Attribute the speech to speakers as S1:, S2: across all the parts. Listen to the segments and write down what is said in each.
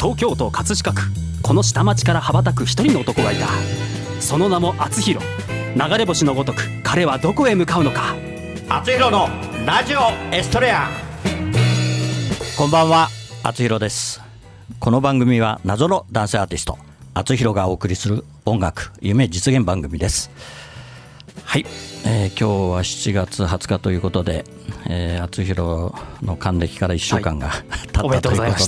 S1: 東京都葛飾区この下町から羽ばたく一人の男がいた。その名も厚弘。流れ星のごとく彼はどこへ向かうのか。
S2: 厚弘のラジオエストレア。こんばんは、厚弘です。この番組は謎の男性アーティスト厚弘がお送りする音楽夢実現番組です。はい、今日は7月20日ということで、厚弘の還暦から1週間が、経ったということで、
S1: おめでとうございました。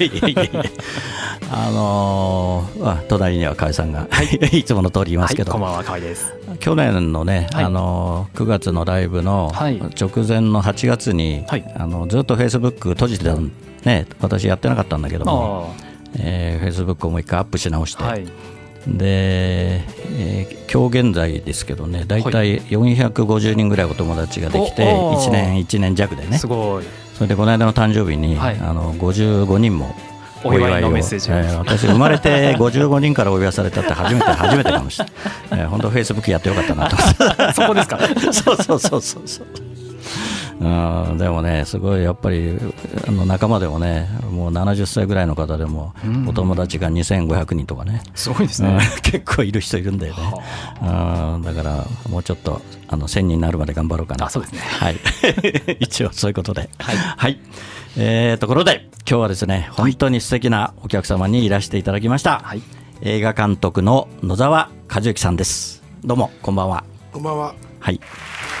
S2: 隣には河合さんが、いつもの通りいますけど、
S1: こんばんは、河合です。
S2: 去年のね、9月のライブの直前の8月に、ずっとフェイスブック閉じてたのね、私やってなかったんだけども、フェイスブックをもう一回アップし直して、で、今日現在ですけどね、だいたい450人ぐらいお友達ができて、1年弱でね。
S1: すごい。そ
S2: れでこの間の誕生日に、55人も
S1: お祝いのメッセージを、
S2: 私生まれて55人からお祝いされたって初めてかもしれない。本当フェイスブックやってよかったなと思って
S1: そこですか。
S2: そうでもね、すごいやっぱり仲間でもね、もう70歳ぐらいの方でも、お友達が2500人とかね、
S1: すごいですね。
S2: 結構いる人いるんだよね。だからもうちょっと1000人になるまで頑張ろうかな。
S1: そうですね。
S2: はい。一応そういうことで。はい。ところで今日はですね、本当に素敵なお客様にいらしていただきました。映画監督の野沢和之さんです。どうもこんばんは。
S3: こんばんは。
S2: はい。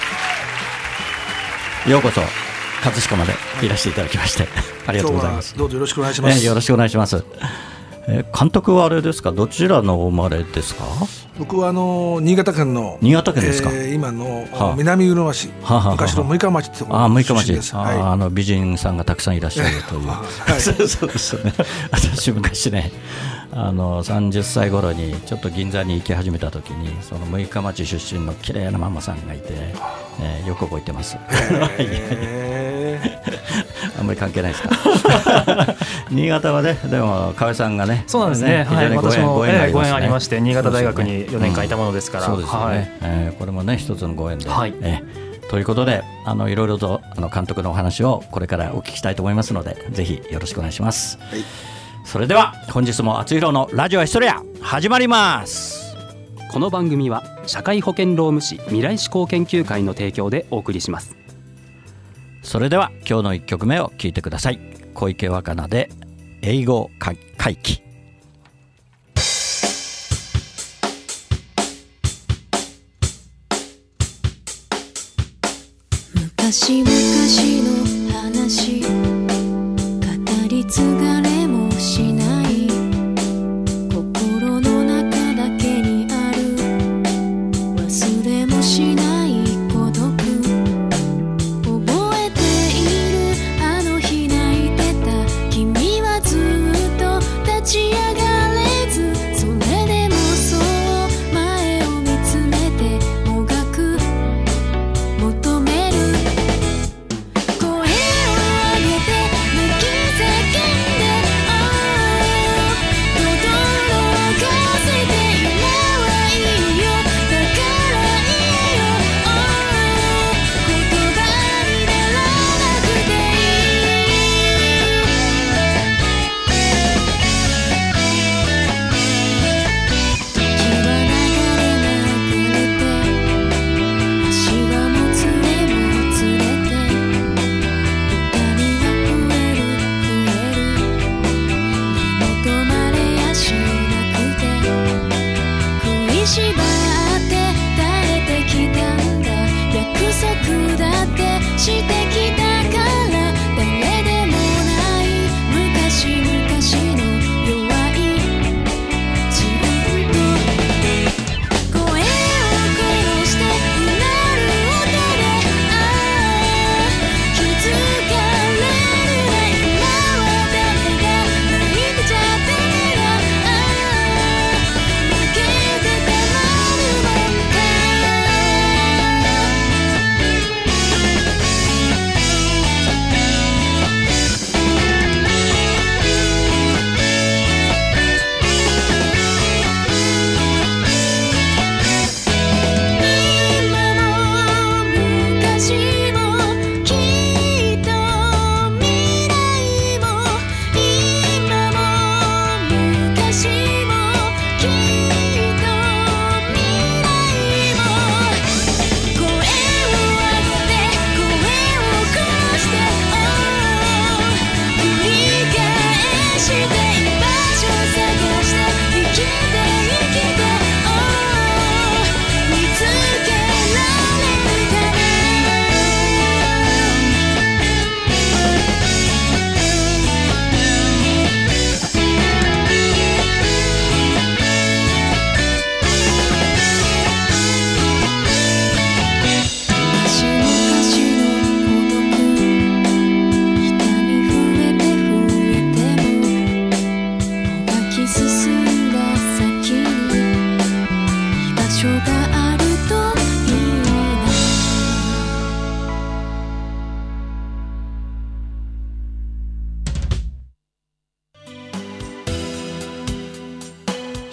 S2: ようこそ葛飾までいらしていただきましてありがとうございます。
S3: どうぞよろしくお願いします。
S2: よろしくお願いします。監督はあれですか、どちらのお生まれですか？
S3: 僕は新潟県の
S2: ですか？
S3: 今の南魚沼市、昔の六日町ってところの出身です。
S2: 美人さんがたくさんいらっしゃるという。そうですね。私昔ね、30歳頃にちょっと銀座に行き始めた時に、その六日町出身の綺麗なママさんがいて、よく覚えてます。あんまり関係ないですか？新潟はね、でも河合さんがね、
S1: そうなんですね。私もご縁ありまして、新潟大学に4年間いたものですから。
S2: そうですよね。これもね、一つのご縁で。ということで、いろいろと監督のお話をこれからお聞きしたいと思いますので、ぜひよろしくお願いします。それでは本日も厚弘のラジオエストレア始まります。
S1: この番組は社会保険労務士未来志向研究会の提供でお送りします。
S2: それでは今日の1曲目を聴いてください。小池若菜で英語回帰。
S4: 昔々の話、語り継がれもしない心の中だけにある忘れもしない孤独、覚えているあの日泣いてた君はずっと立ち上がれず、それでもそう前を見つめてもがく求める、声を上げて泣き叫んで驚かせて今はいいよ、だから言えよ言葉にならなくていい、時は流れなくれて足はもつれもつれて痛みが増えるでも止まれやしなくて食いしばって耐えてきたんだ、約束だってしてきたから誰でもない昔々の弱い自分と声を殺してうなる音で気づかれるな、今は誰が泣いてちゃったなら負けてたまるもんか、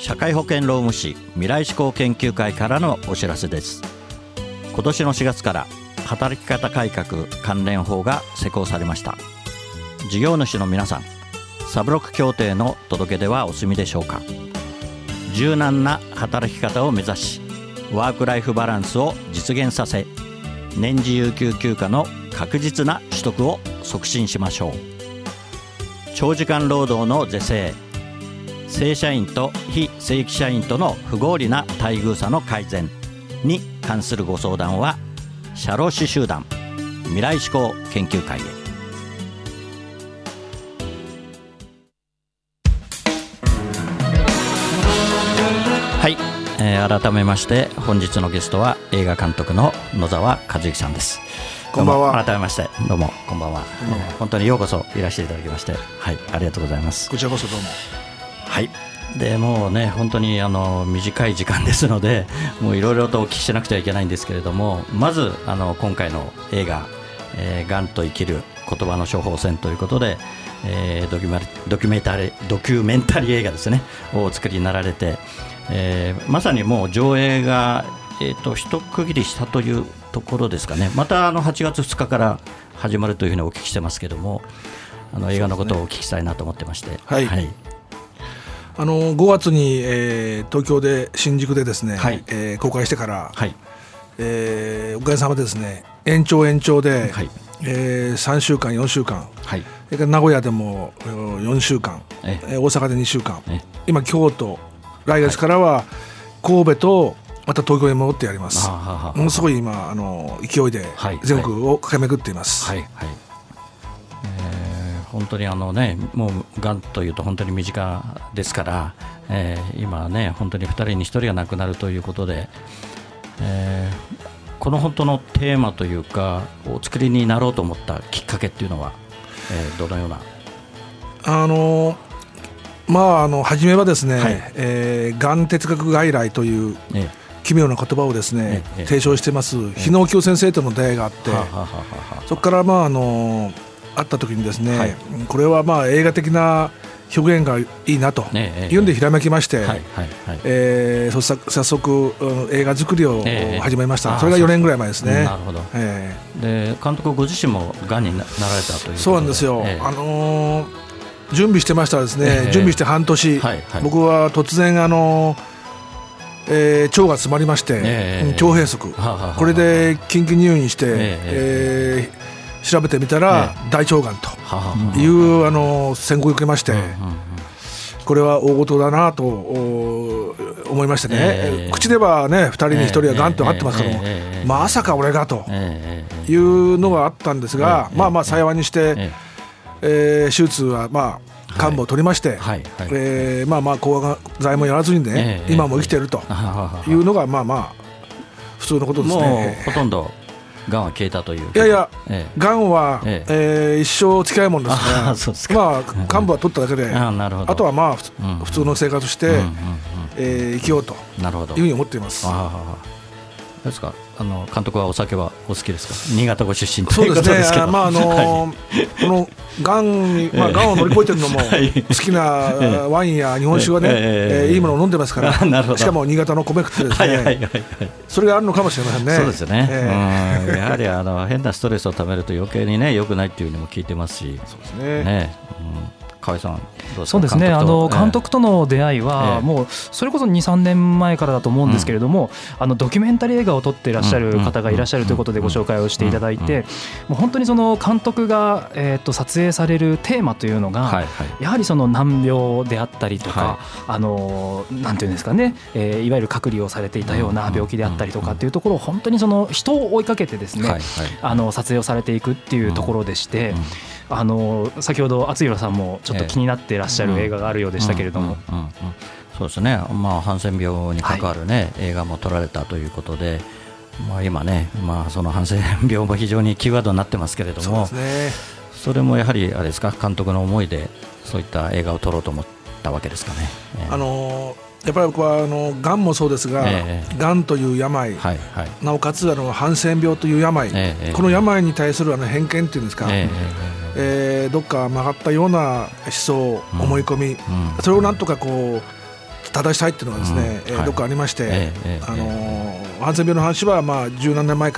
S2: 社会保険労務士未来志向研究会からのお知らせです。今年の4月から働き方改革関連法が施行されました。事業主の皆さん、サブロック協定の届け出はお済みでしょうか。柔軟な働き方を目指し、ワークライフバランスを実現させ、年次有給休暇の確実な取得を促進しましょう。長時間労働の是正、正社員と非正規社員との不合理な待遇差の改善に関するご相談は、社労士集団未来志向研究会へ。はい、改めまして本日のゲストは映画監督の野沢和之さんです。
S3: こんばんは。
S2: 改めましてどうもこんばんは。本当にようこそいらしていただきまして、はい、ありがとうございます。
S3: こちらこそどうも。
S2: はい、でもうね、本当に短い時間ですので、もういろいろとお聞きしなくてはいけないんですけれども、まず今回の映画、がんと生きる言葉の処方箋ということで、ドキュメンタリー映画ですねをお作りになられて、まさにもう上映が、一区切りしたというところですかね。また8月2日から始まるというふうにお聞きしてますけども、映画のことをお聞きしたいなと思ってまして、
S3: はいはい、5月に、東京で新宿でですね、はい、公開してから、はい、おかげさまでですね、延長で、はい、3週間4週間、はい、それから名古屋でも4週間、大阪で2週間、今京都、来月からは神戸とまた東京に戻ってやります。ものすごい今勢いで全国を駆け巡っています。はいはいはい、
S2: 本当にね、もうがんというと本当に身近ですから、今ね、本当に2人に1人が亡くなるということで、この本当のテーマというかお作りになろうと思ったきっかけっていうのは、どのような。
S3: 初めはですね、はい、がん哲学外来という奇妙な言葉をですね、提唱してます日野清先生との出会いがあって、そこから会った時にですね、はい、これは映画的な表現がいいなというんでひらめきまして、早速映画作りを始めました。それが4年ぐらい前ですね。
S2: なるほど。で、監督ご自身もがんになられたという。
S3: そうなんですよ。準備してましたらですね、準備して半年、僕は突然腸が詰まりまして、腸閉塞、これで緊急入院して、調べてみたら大腸がんという宣告を受けまして、これは大事だなと思いましてね、口ではね2人に1人はがんと分かってますけども、まさか俺がというのがあったんですが、幸いにして、手術は幹部を取りまして、抗がん剤もやらずにね、今も生きているというのが普通のことですね。
S2: もうほとんどがんは消えたという。
S3: いやいや、がんは、一生付き合いもんですから、幹部は取っただけで、あとは普通の生活して、生きようというふうに思っています。
S2: ですか、監督はお酒はお好きですか。新潟ご出身ということですけど、
S3: このがんに、がんを乗り越えてるのも好きなワインや日本酒はね、いいものを飲んでますから、しかも新潟の米食ってですね、それがあるのかもしれませんね。
S2: そうですよね。やはり変なストレスをためると余計にね良くないっていうのも聞いてますし。そうですね。河合さんどうですか。
S5: そうですね、監督との出会いはもうそれこそ 2,3 年前からだと思うんですけれども、ドキュメンタリー映画を撮っていらっしゃる方がいらっしゃるということでご紹介をしていただいて、もう本当にその監督が撮影されるテーマというのがやはりその難病であったりとか、なんていうんですかね、いわゆる隔離をされていたような病気であったりとかっていうところを本当にその人を追いかけてですね、撮影をされていくっていうところでして、先ほど厚弘さんもちょっと気になっていらっしゃる映画があるようでしたけれども、
S2: そうですね、ハンセン病に関わる、映画も撮られたということで、今ね、そのハンセン病も非常にキーワードになってますけれども、 それもやはりあれですか、監督の思いでそういった映画を撮ろうと思ったわけですかね。
S3: やっぱり僕はがんもそうですが、がんという病、なおかつハンセン病という病、この病に対する偏見というんですか、どっか曲がったような思想、思い込み、それをなんとか正したいっていうのがですね、どっかありまして、ハンセン病の話は十何年前から、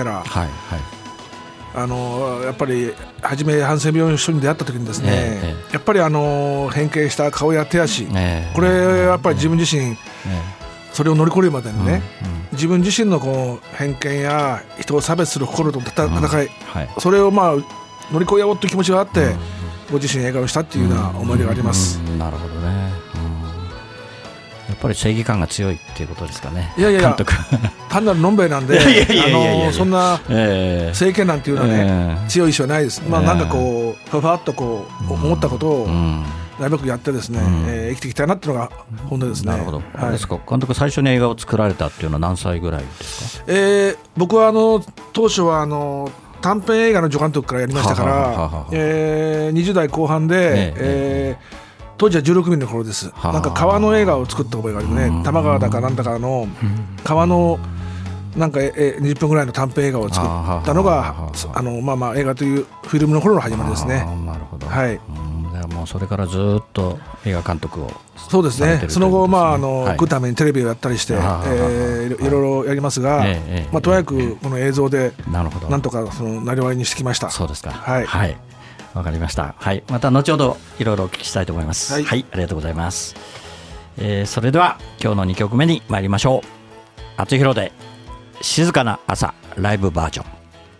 S3: やっぱり初めハンセン病の人に出会った時にですね、やっぱり変形した顔や手足、これやっぱり自分自身、それを乗り越えるまでにね、自分自身のこう偏見や人を差別する心と戦い、それを乗り越えようという気持ちがあって、ご自身映画をしたっていうような思い出があります。
S2: なるほどね。やっぱり正義感が強いっていうことですかね。
S3: いやいやいや、単なるのんべいなんで、そんな政権なんていうのはね、強い意志はないです。なんかこうふわっとこう思ったことをなるべくやってですね、生きていきたいなっていうのが本音ですね。
S2: なるほど。あれですか、監督最初に映画を作られたっていうのは何歳ぐらいですか？
S3: 僕は当初は短編映画の助監督からやりましたから、20代後半で、当時は16ミリの頃です。なんか川の映画を作った覚えがあるね。多摩川だかなんだかの川のなんか20分ぐらいの短編映画を作ったのが映画というフィルムの頃の始まりですね。
S2: なるほど。
S3: はい。
S2: もうそれからずっと映画監督を。
S3: そうですね。その後食うためにテレビをやったりして、いろいろやりますが、とにかくこの映像でなんとかなりわいにしてきました。
S2: そうですか。
S3: はい。
S2: わかりました。はい。また後ほどいろいろお聞きしたいと思います。はい。ありがとうございます。それでは今日の2曲目に参りましょう。厚弘で静かな朝ライブバージョン。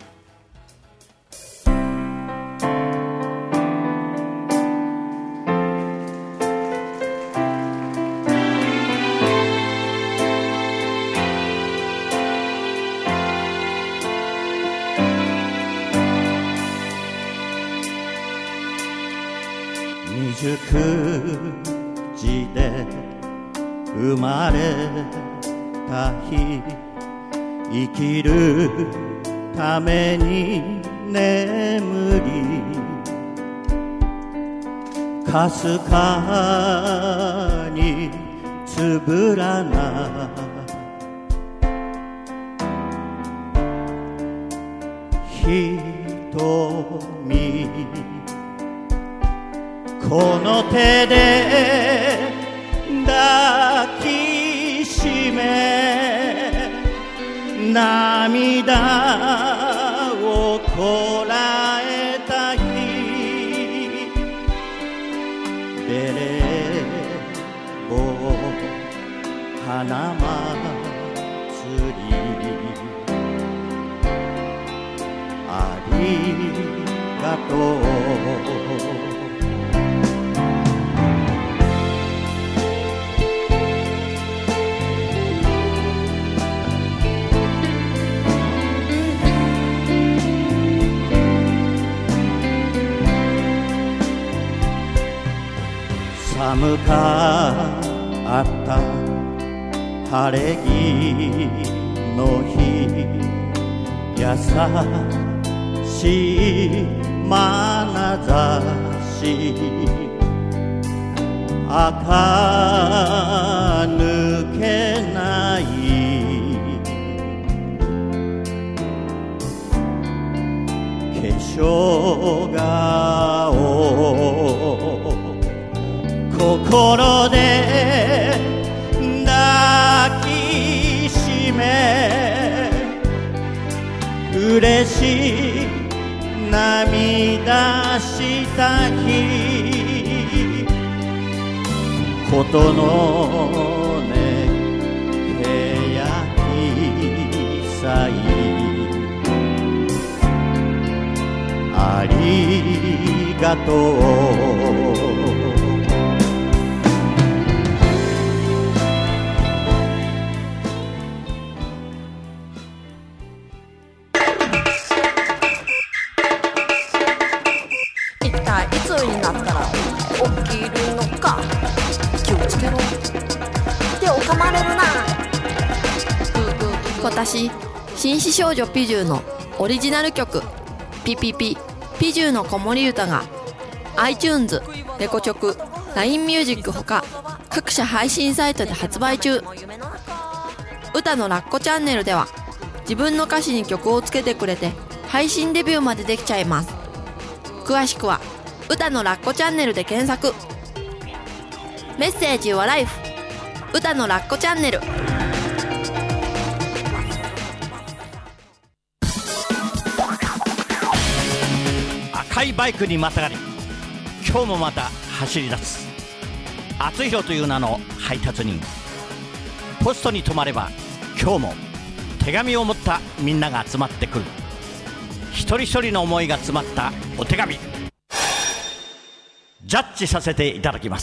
S6: 19時で生まれた日、生きるために眠り、かすかにつぶらな瞳、この手で抱きしめ、涙をこらえた日、ベレー帽花祭り、ありがとう。寒かった晴れ着の日、優しい眼差し、垢抜けない化粧顔、心で抱きしめ、嬉しい涙した日、琴の音けやきさい、ありがとう。
S7: 私、紳士少女ピジューのオリジナル曲ピピピピジューの子守歌が iTunes、レコチョク、LINE ミュージックほか各社配信サイトで発売中。歌のラッコチャンネルでは自分の歌詞に曲をつけてくれて配信デビューまでできちゃいます。詳しくは歌のラッコチャンネルで検索。メッセージはライフ。 歌のラッコチャンネル。
S8: 赤いバイクにまたがり、今日もまた走り出す厚弘という名の配達人。ポストに止まれば今日も手紙を持ったみんなが集まってくる。一人一人の思いが詰まったお手紙、ジャッジさせていただきます。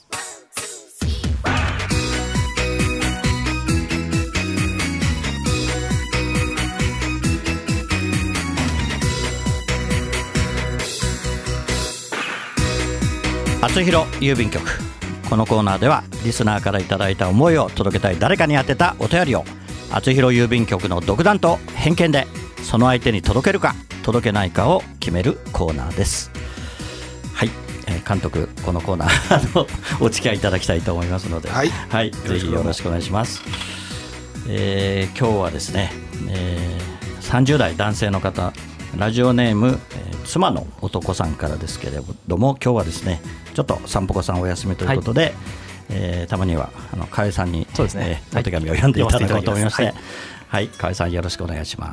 S8: 厚弘郵便局。このコーナーではリスナーからいただいた思いを届けたい誰かに宛てたお便りを厚弘郵便局の独断と偏見でその相手に届けるか届けないかを決めるコーナーです。はい、監督、このコーナーお付き合いいただきたいと思いますので、はい、はい、ぜひよろしくお願いします。今日はですね、30代男性の方、ラジオネーム、妻の男さんからですけれども、今日はですねちょっと散歩子さんお休みということで、はい、たまには河合さんに、そうですね、お手紙を読んでいただこうと思いまして、はい、はい、河合さんよろしくお願いします。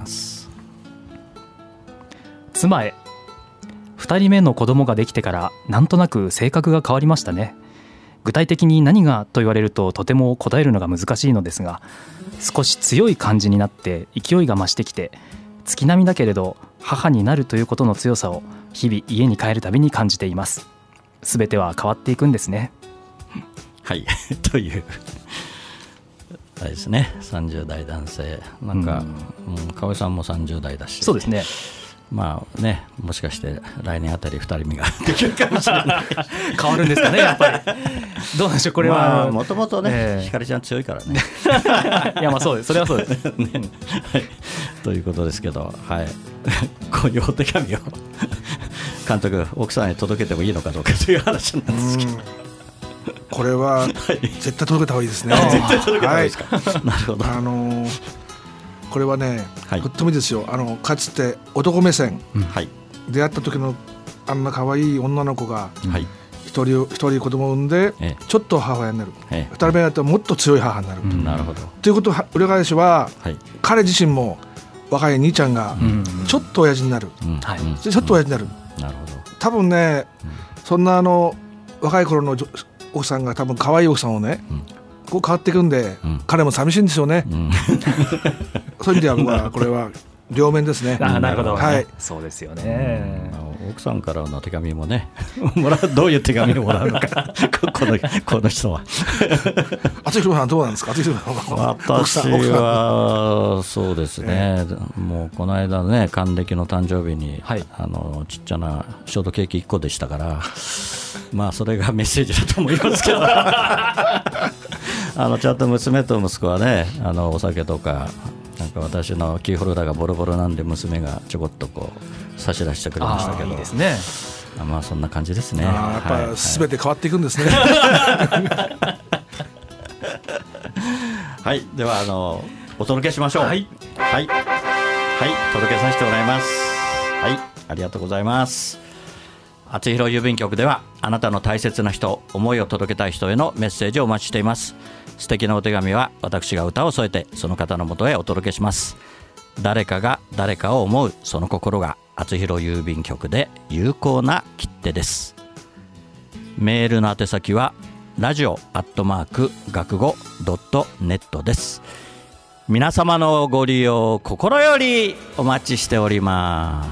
S5: 妻へ。2人目の子供ができてからなんとなく性格が変わりましたね。具体的に何がと言われるととても答えるのが難しいのですが、少し強い感じになって勢いが増してきて、月並みだけれど母になるということの強さを日々家に帰るたびに感じています。すべては変わっていくんですね。
S2: はいというあれですね、30代男性なんか、河合さんも30代だし、
S5: そうですね、
S2: まあね、もしかして来年あたり2人目ができるかもしれない
S5: 変わるんですかね、やっぱりどうなんでしょう、これは
S2: もともとね、ひかりちゃん強いからね
S5: いや、まあそうです、それはそうです、ね
S2: はい、ということですけど、はい、こういうお手紙を監督、奥さんに届けてもいいのかどうかという話なんですけど、
S3: これは絶対届けた方がいいですね
S2: 絶対届けた方がいいですか、はい、なるほど、
S3: これはね、はい、とってもいいですよ。かつて男目線、
S2: はい、
S3: 出会った時のあんな可愛い女の子が一人子供を産んで、ちょっと母親になる、2人目になったらもっと強い母になる、
S2: なるほど。
S3: ということは裏返しは、はい、彼自身も若い兄ちゃんがちょっと親父になる、ちょっと親父になる、
S2: なるほど。
S3: 多分ね、そんな若い頃の奥さんが多分可愛い奥さんをね、こう変わっていくんで、彼も寂しいんですよね、そういう意味では僕はこれは両面ですね。
S5: なるほど、
S3: はい、
S5: そうですよね。
S2: 奥さんからの手紙もねどういう手紙をもらうのかこの人は
S3: 厚弘さんどうなんですか。
S2: 私はそうですね、もうこの間ね、還暦の誕生日に、はい、ちっちゃなショートケーキ1個でしたからまあそれがメッセージだと思いますけどちゃんと娘と息子はね、お酒とかなんか私のキーホルダーがボロボロなんで娘がちょこっとこう差し出してくれましたけど、
S5: いいですね。
S2: まあそんな感じですね。
S3: やっぱ全て変わっていくんですね。
S2: はい、ではお届けしましょう。はい、はい、はい、届けさせてもらいます。はい、ありがとうございます。厚弘郵便局ではあなたの大切な人、思いを届けたい人へのメッセージをお待ちしています。素敵なお手紙は私が歌を添えてその方のもとへお届けします。誰かが誰かを思うその心が厚弘郵便局で有効な切手です。メールの宛先はradio@学語.net です。皆様のご利用心よりお待ちしております。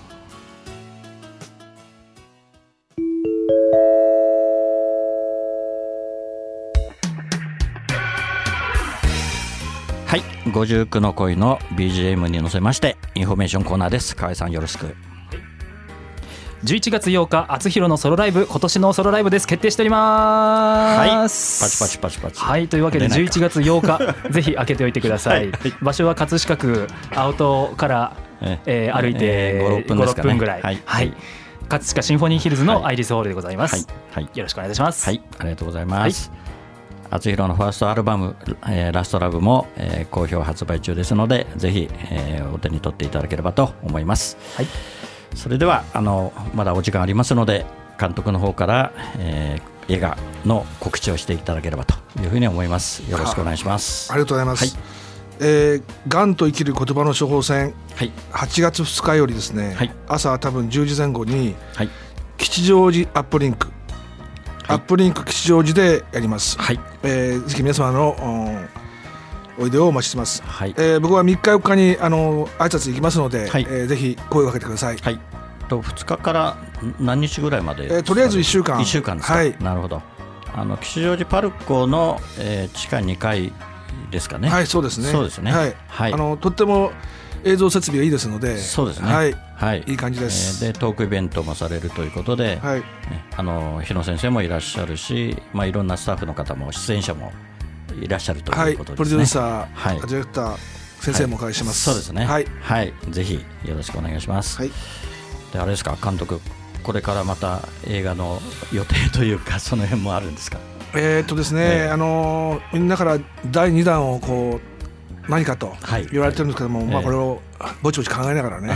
S2: はい、59の恋の BGM に乗せましてインフォメーションコーナーです。河合さんよろしく。
S5: 11月8日厚弘のソロライブ、今年のソロライブです。決定しております。
S2: はい、パチパチパチパチ。
S5: はい、というわけで11月8日ぜひ開けておいてください、はい、場所は葛飾区青戸から、歩いて 5,6 分ぐらい、はいはい、葛飾シンフォニーヒルズのアイリスホールでございます、はいはい、よろしくお願いします。
S2: はい、ありがとうございます、はい。厚弘のファーストアルバム、ラストラブも、好評発売中ですのでぜひ、お手に取っていただければと思います、はい、それではまだお時間ありますので監督の方から、 映画の告知をしていただければというふうに思います。よろしくお願いします。
S3: ありがとうございます。がんと生きる言葉の処方箋、8月2日よりですね、朝多分10時前後に、吉祥寺アップリンク、吉祥寺でやります。ぜひ皆様のおいでをお待ちしてます。僕は3日4日に挨拶行きますので、ぜひ声をかけてください。
S2: 2日から何日ぐらいまで、
S3: とりあえず1週間。
S2: 1週間ですか。なるほど。吉祥寺パルコの、地下2階ですかね。
S3: そうですね。
S2: そうですね。
S3: とっても映像設備がいいですので、
S2: そうですね。
S3: いい感じです。
S2: でトークイベントもされるということで、日野先生もいらっしゃるし、いろんなスタッフの方も出演者もいらっしゃるということですね。
S3: プロデューサー、ディレクター先生もお伺いします。
S2: そうですね。ぜひよろしくお願いします。であれですか、監督、これからまた映画の予定というかその辺もあるんですか。
S3: ですね、みんなから第2弾をこう何かと言われてるんですけども、これをぼちぼち考えながらね、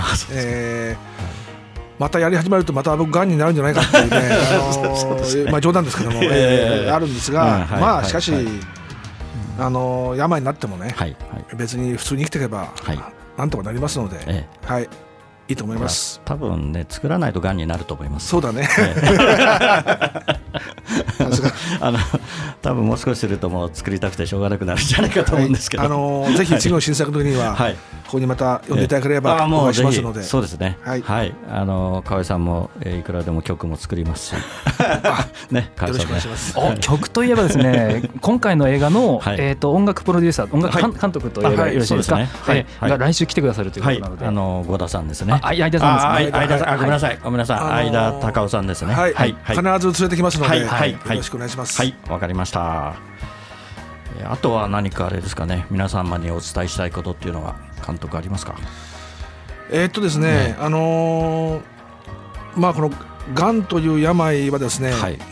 S3: またやり始めるとまた僕がんになるんじゃないかっていうね冗談ですけども、あるんですが、しかし病になってもね、別に普通に生きていけばなんとかなりますので、いいと思います。
S2: 多分ね、作らないとがんになると思います。
S3: そうだね。
S2: 多分もう少しするともう作りたくてしょうがなくなるんじゃないかと思うんですけど、
S3: ぜひ次の新作の時にはここにまた呼んでいただければお願いしますので。
S2: そうですね。河合さんもいくらでも曲も作りますし、
S3: よろしくお願いします。
S5: 曲といえばですね、今回の映画の音楽プロデューサー、音楽監督といえばよろしいですか、が来週来てくださるということなので、
S2: 郷田さんですね。
S5: 相田さんですね。
S2: ごめんなさい、相田隆夫さんですね。
S3: 必ず連れてきますので、よろしくお願いします。
S2: わかりました。あとは何かあれですかね、皆様にお伝えしたいことっていうのは監督ありますか。
S3: ですね、このがんという病はですね、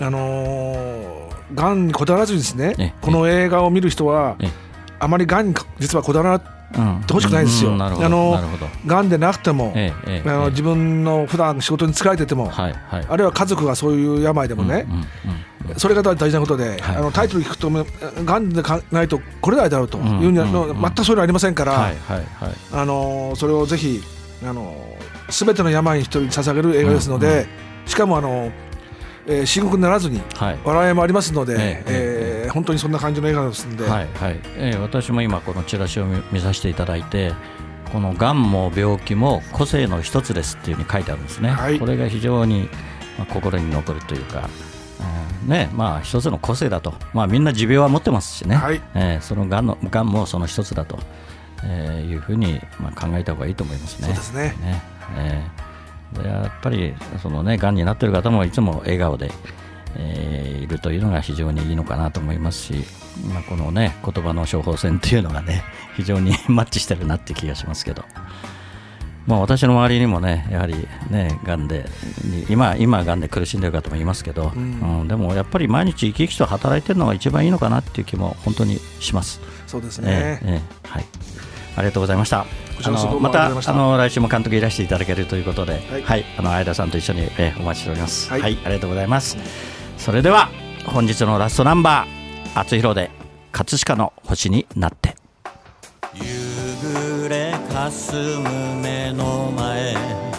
S3: がんにこだわらずにですね、この映画を見る人はあまりがんに実はこだわらってほしくないですよ。がんでなくても、自分の普段仕事に疲れてても、あるいは家族がそういう病でもね、それが大事なことで、タイトル聞くとがんでないとこれないだろうというの全くそういうのありませんから、それをぜひ全ての病に一人捧げる映画ですので、しかも深刻にならずに笑いもありますので、本当にそんな感じの映画ですので、
S2: 私も今このチラシを見させていただいて、このがんも病気も個性の一つですっていうふうに書いてあるんですね。これが非常に心に残るというか、一つの個性だと、みんな持病は持ってますしね、そのがんもその一つだというふうに考えた方がいいと思いますね。
S3: そうですね。
S2: でやっぱりそのね、がんになっている方もいつも笑顔で、いるというのが非常にいいのかなと思いますし、このね、言葉の処方箋というのがね、非常にマッチしてるなって気がしますけど、私の周りにもね、やはりね、がんで今がんで苦しんでいる方もいますけど、でもやっぱり毎日生き生きと働いてるのが一番いいのかなっていう気も本当にします。
S3: そうですね。
S2: ありがとうございました。また来週も監督いらしていただけるということで、相田さんと一緒にお待ちしております。ありがとうございます。それでは本日のラストナンバー、あつひろで葛飾の星になって。
S6: 夕暮れかすむ目の前、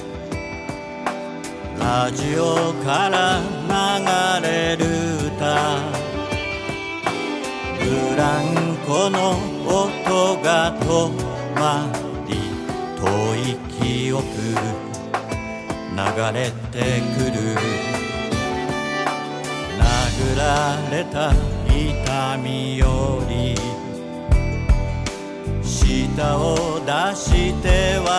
S6: ラジオから流れる歌、ブランコの音が止まり、遠い記憶流れてくる、殴られた痛みより舌を出して笑った、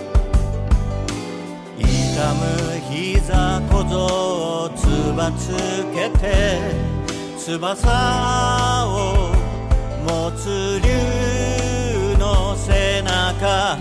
S6: 痛む膝小僧つばつけて、翼を持つ竜の背中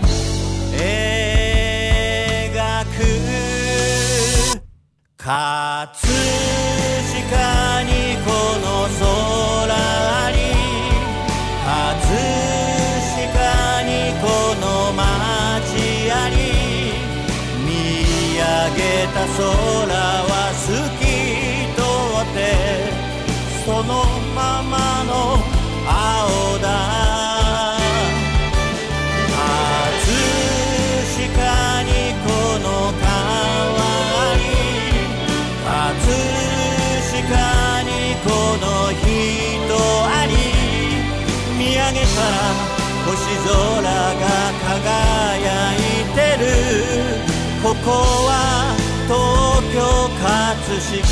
S6: 描く、葛飾にこの空あり、葛飾にこの街あり、見上げた空は好き、 のままの青だ葛飾にこの変わり葛飾にこの人あり見上げたら星空が輝いてるここは東京葛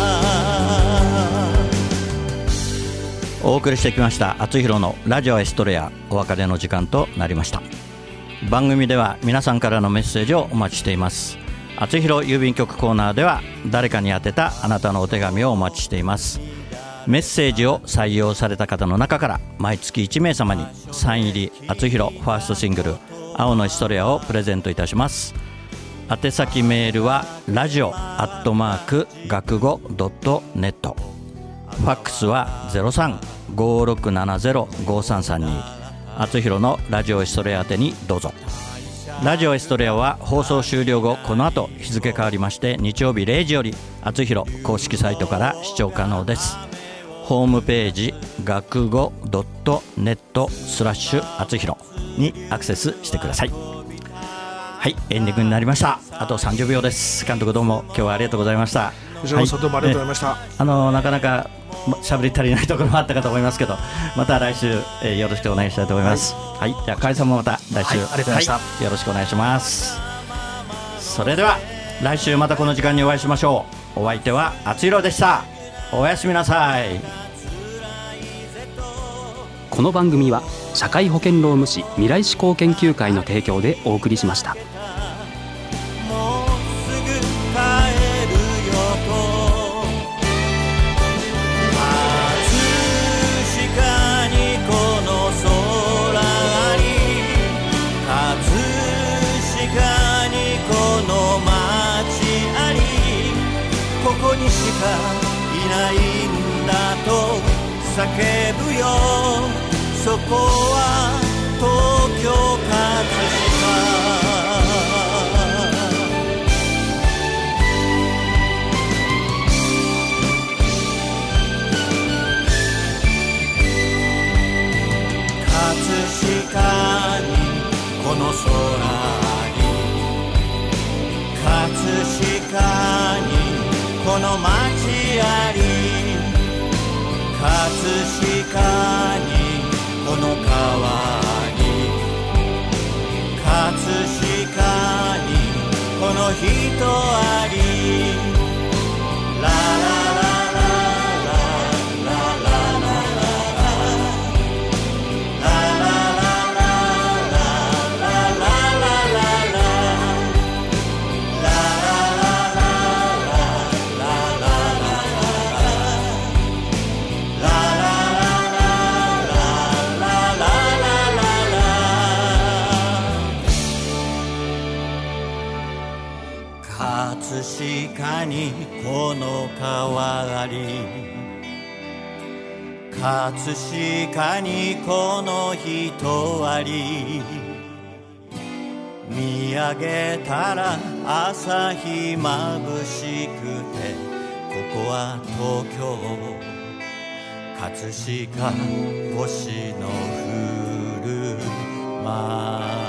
S6: 飾
S8: お送りしてきました厚弘のラジオエストレア、お別れの時間となりました。番組では皆さんからのメッセージをお待ちしています。厚弘郵便局コーナーでは誰かに宛てたあなたのお手紙をお待ちしています。メッセージを採用された方の中から毎月1名様にサイン入り厚弘ファーストシングル青のエストレアをプレゼントいたします。宛先メールはラジオ学語.net、 ファックスは 03-5670-5332、 厚弘のラジオエストレア宛てにどうぞ。ラジオエストレアは放送終了後この後日付変わりまして日曜日0時より厚弘公式サイトから視聴可能です。ホームページ学語.net/厚弘にアクセスしてください。はい、エンディングになりました。あと30秒です。監督どうも今日はありがとうございました。
S3: こちらこそどうもありがとうございました。
S8: なかなか喋り足りないところもあったかと思いますけど、また来週、よろしくお願いしたいと思います。はい、じゃあ河合さんもまた来週、
S5: ありがとうございました、
S8: よろしくお願いします。それでは来週またこの時間にお会いしましょう。お相手は厚弘でした。おやすみなさい。
S1: この番組は社会保険労務士未来志向研究会の提供でお送りしました。
S6: ここにしかいないんだと叫ぶよ。そこは東京葛飾にこの空に葛飾にこの街あり葛飾にこの川に葛飾にこの人ありラララ葛飾にこの川あり葛飾にこの人あり見上げたら朝日まぶしくてここは東京葛飾星の降る街